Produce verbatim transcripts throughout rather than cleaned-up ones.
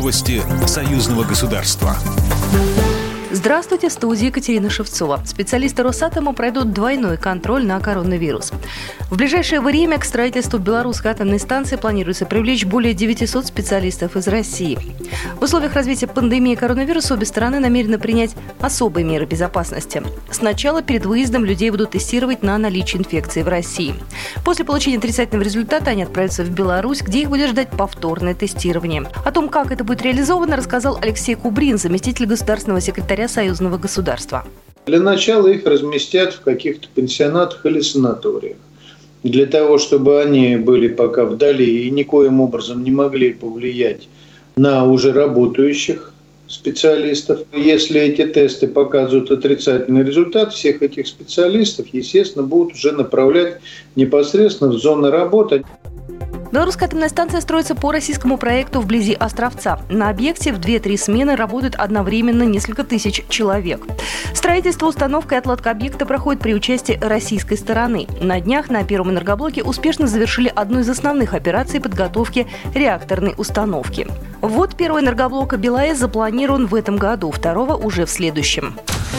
Новости союзного государства. Здравствуйте, в студии Екатерина Шевцова. Специалисты Росатома пройдут двойной контроль на коронавирус. В ближайшее время к строительству Белорусской атомной станции планируется привлечь более девятисот специалистов из России. В условиях развития пандемии коронавируса обе стороны намерены принять особые меры безопасности. Сначала перед выездом людей будут тестировать на наличие инфекции в России. После получения отрицательного результата они отправятся в Беларусь, где их будет ждать повторное тестирование. О том, как это будет реализовано, рассказал Алексей Кубрин, заместитель государственного секретаря союзного государства. Для начала их разместят в каких-то пансионатах или санаториях. Для того, чтобы они были пока вдали и никоим образом не могли повлиять на уже работающих специалистов. Если эти тесты показывают отрицательный результат, всех этих специалистов, естественно, будут уже направлять непосредственно в зоны работы. Белорусская атомная станция строится по российскому проекту вблизи Островца. На объекте в две-три смены работают одновременно несколько тысяч человек. Строительство, установка и отладка объекта проходит при участии российской стороны. На днях на первом энергоблоке успешно завершили одну из основных операций подготовки реакторной установки. Ввод первого энергоблока БелАЭС запланирован в этом году, второго уже в следующем.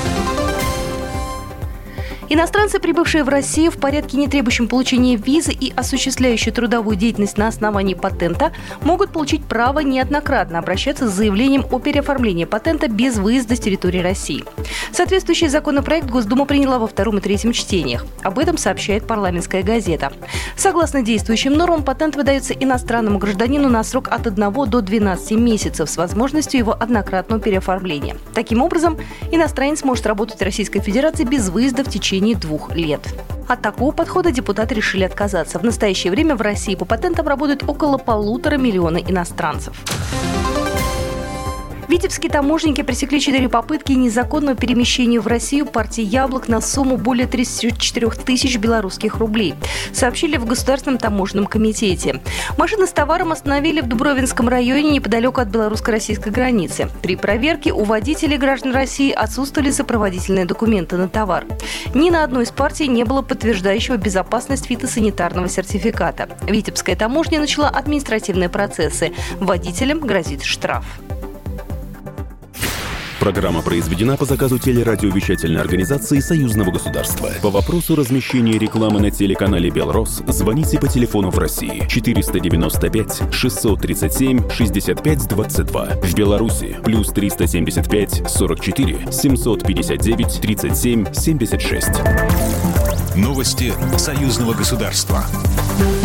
Иностранцы, прибывшие в Россию в порядке, не требующем получения визы и осуществляющие трудовую деятельность на основании патента, могут получить право неоднократно обращаться с заявлением о переоформлении патента без выезда с территории России. Соответствующий законопроект Госдума приняла во втором и третьем чтениях. Об этом сообщает «Парламентская газета». Согласно действующим нормам, патент выдается иностранному гражданину на срок от одного до двенадцати месяцев с возможностью его однократного переоформления. Таким образом, иностранец может работать в Российской Федерации без выезда в течение двух лет. От такого подхода депутаты решили отказаться. В настоящее время в России по патентам работают около полутора миллиона иностранцев. Витебские таможенники пресекли четыре попытки незаконного перемещения в Россию партии яблок на сумму более тридцати четырёх тысяч белорусских рублей, сообщили в Государственном таможенном комитете. Машины с товаром остановили в Дубровинском районе неподалеку от белорусско-российской границы. При проверке у водителей граждан России отсутствовали сопроводительные документы на товар. Ни на одной из партий не было подтверждающего безопасность фитосанитарного сертификата. Витебская таможня начала административные процессы. Водителям грозит штраф. Программа произведена по заказу телерадиовещательной организации Союзного государства. По вопросу размещения рекламы на телеканале «Белрос» звоните по телефону в России четыреста девяносто пять шестьсот тридцать семь шестьдесят пять двадцать два. В Беларуси плюс триста семьдесят пять сорок четыре семьсот пятьдесят девять тридцать семь семьдесят шесть. Новости союзного государства.